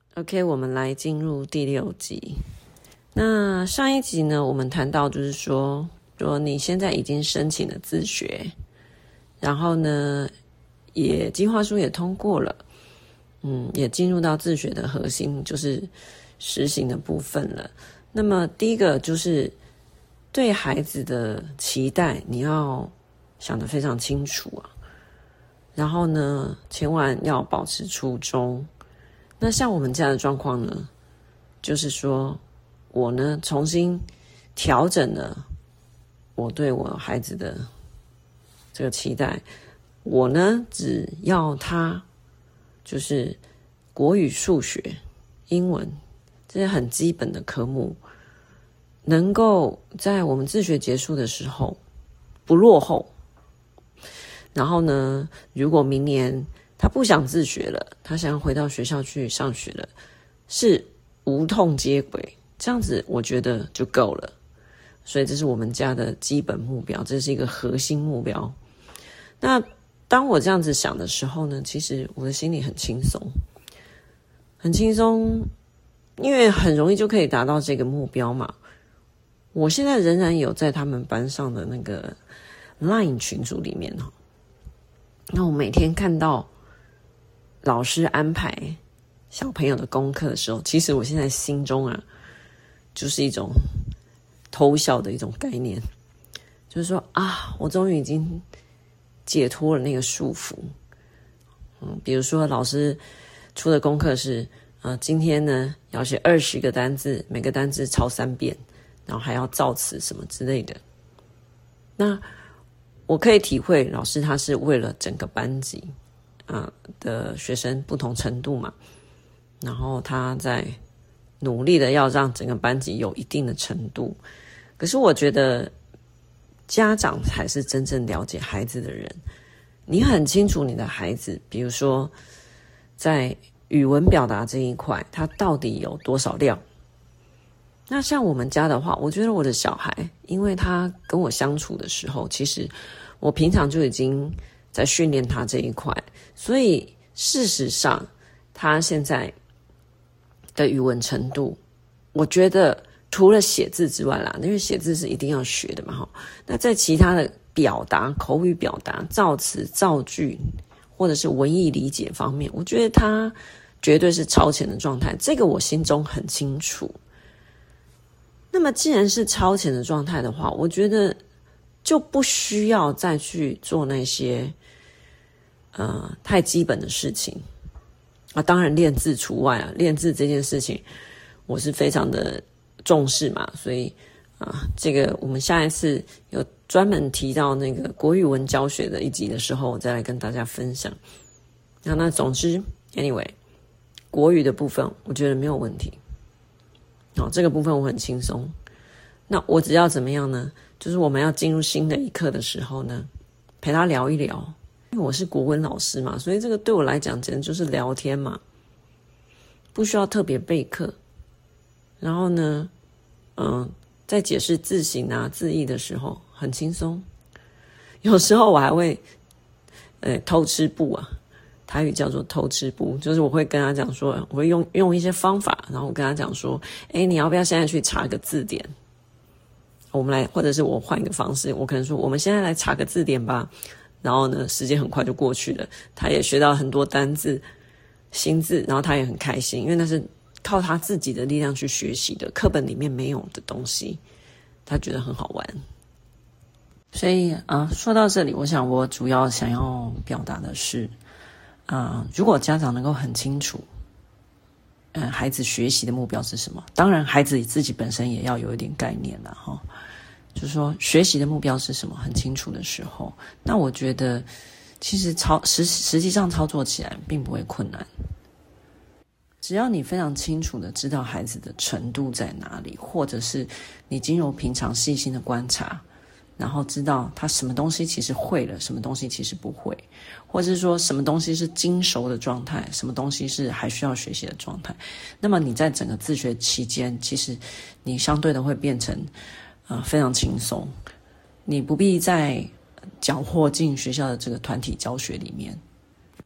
OK， 我们来进入第6集。那上一集呢，我们谈到就是说你现在已经申请了自学，然后呢，计划书也通过了，也进入到自学的核心，就是实行的部分了。那么第一个就是对孩子的期待，你要想得非常清楚啊。然后呢，千万要保持初衷。那像我们家的状况呢，就是说我呢重新调整了我对我孩子的这个期待。我呢只要他就是国语、数学、英文这些很基本的科目，能够在我们自学结束的时候不落后。然后呢，如果明年他不想自学了，他想要回到学校去上学了，是无痛接轨，这样子我觉得就够了。所以这是我们家的基本目标，这是一个核心目标。那当我这样子想的时候呢，其实我的心里很轻松，很轻松，因为很容易就可以达到这个目标嘛。我现在仍然有在他们班上的那个 LINE 群组里面，那我每天看到老师安排小朋友的功课的时候，其实我现在心中就是一种偷笑的一种概念，就是说我终于已经解脱了那个束缚。比如说老师出的功课是今天呢要写20个单字，每个单字抄3遍，然后还要造词什么之类的。那我可以体会老师他是为了整个班级的学生不同程度嘛，然后他在努力的要让整个班级有一定的程度。可是我觉得家长才是真正了解孩子的人，你很清楚你的孩子，比如说在语文表达这一块他到底有多少料。那像我们家的话，我觉得我的小孩因为他跟我相处的时候，其实我平常就已经在训练他这一块，所以事实上他现在的语文程度，我觉得除了写字之外啦，因为写字是一定要学的嘛，那在其他的表达、口语表达、造词、造句或者是文艺理解方面，我觉得他绝对是超前的状态，这个我心中很清楚。那么既然是超前的状态的话，我觉得就不需要再去做那些太基本的事情当然练字除外练字这件事情我是非常的重视嘛，所以这个我们下一次有专门提到那个国语文教学的一集的时候，我再来跟大家分享。那总之 anyway 国语的部分我觉得没有问题这个部分我很轻松。那我只要怎么样呢，就是我们要进入新的一课的时候呢，陪他聊一聊，因为我是国文老师嘛，所以这个对我来讲简直就是聊天嘛，不需要特别备课。然后呢在解释字形字义的时候很轻松，有时候我还会偷吃步台语叫做偷吃步，就是我会跟他讲说，我会用一些方法，然后我跟他讲说你要不要现在去查个字典，我们来，或者是我换一个方式，我可能说我们现在来查个字典吧，然后呢时间很快就过去了，他也学到很多单字新字，然后他也很开心，因为那是靠他自己的力量去学习的，课本里面没有的东西，他觉得很好玩。所以说到这里，我想我主要想要表达的是如果家长能够很清楚孩子学习的目标是什么，当然孩子自己本身也要有一点概念啦就是说学习的目标是什么很清楚的时候，那我觉得其实实际上操作起来并不会困难。只要你非常清楚的知道孩子的程度在哪里，或者是你经由平常细心的观察，然后知道他什么东西其实会了，什么东西其实不会，或者是说什么东西是精熟的状态，什么东西是还需要学习的状态，那么你在整个自学期间，其实你相对的会变成非常轻松，你不必再搅和进学校的这个团体教学里面。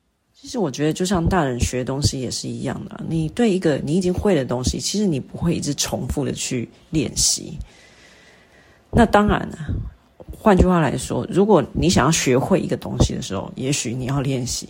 其实我觉得就像大人学东西也是一样的，你对一个你已经会的东西，其实你不会一直重复的去练习。那当然了，换句话来说，如果你想要学会一个东西的时候，也许你要练习。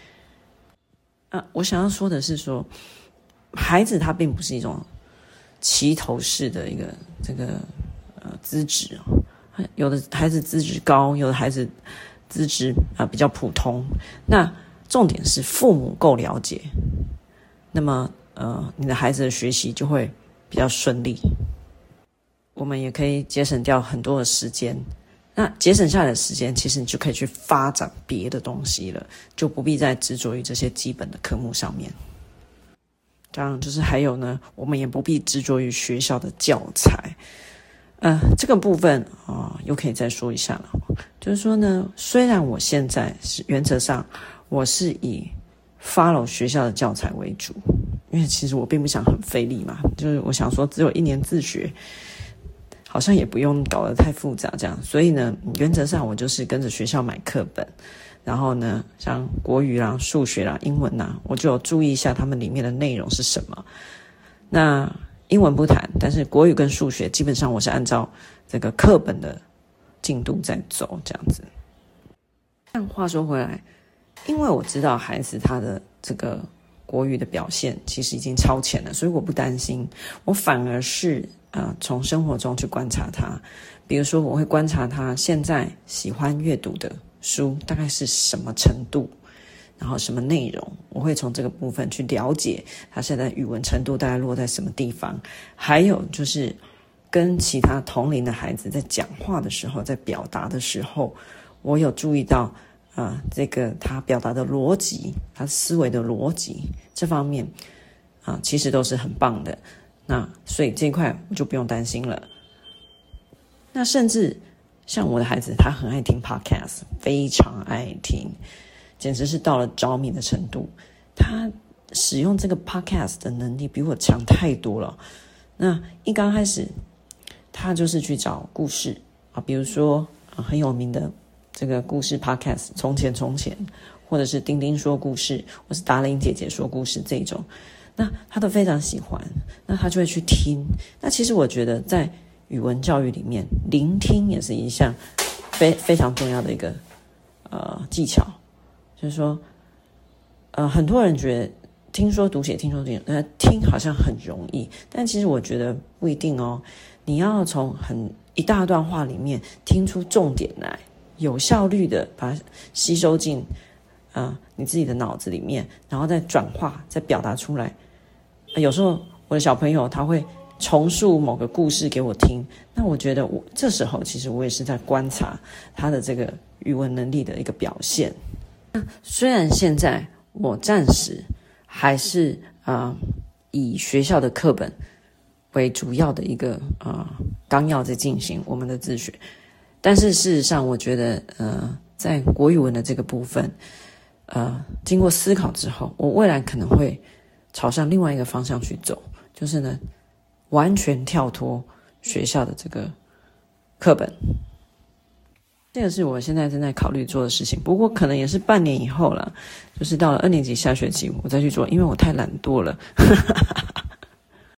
我想要说的是说，孩子他并不是一种齐头式的一个资质，有的孩子资质高，有的孩子资质比较普通。那重点是父母够了解，那么你的孩子的学习就会比较顺利。我们也可以节省掉很多的时间，那节省下来的时间，其实你就可以去发展别的东西了，就不必再执着于这些基本的科目上面。当然就是还有呢，我们也不必执着于学校的教材。这个部分又可以再说一下了。就是说呢，虽然我现在是原则上我是以 follow 学校的教材为主，因为其实我并不想很费力嘛，就是我想说只有1年自学，好像也不用搞得太复杂这样。所以呢，原则上我就是跟着学校买课本，然后呢，像国语啦、数学啦、英文啦，我就有注意一下他们里面的内容是什么。那英文不谈，但是国语跟数学基本上我是按照这个课本的进度在走这样子。但话说回来，因为我知道孩子他的这个国语的表现其实已经超前了，所以我不担心，我反而是从生活中去观察他。比如说我会观察他现在喜欢阅读的书大概是什么程度，然后什么内容，我会从这个部分去了解他现在语文程度大概落在什么地方。还有就是跟其他同龄的孩子在讲话的时候，在表达的时候，我有注意到这个他表达的逻辑，他思维的逻辑这方面其实都是很棒的。那所以这一块我就不用担心了。那甚至像我的孩子，他很爱听 podcast， 非常爱听，简直是到了着迷的程度。他使用这个 podcast 的能力比我强太多了。那一刚开始他就是去找故事比如说很有名的这个故事 podcast， 从前从前，或者是丁丁说故事，或是达伶姐姐说故事这种，那他都非常喜欢，那他就会去听。那其实我觉得在语文教育里面，聆听也是一项非常重要的一个技巧。就是说很多人觉得听说读写听说读写听好像很容易，但其实我觉得不一定哦。你要从一大段话里面听出重点来，有效率的把它吸收进你自己的脑子里面，然后再转化再表达出来。有时候我的小朋友他会重述某个故事给我听，那我觉得这时候其实我也是在观察他的这个语文能力的一个表现。虽然现在我暂时还是以学校的课本为主要的一个纲要在进行我们的自学，但是事实上我觉得在国语文的这个部分经过思考之后，我未来可能会朝向另外一个方向去走，就是呢完全跳脱学校的这个课本。这个是我现在正在考虑做的事情，不过可能也是半年以后了，就是到了2年级下学期我再去做，因为我太懒惰了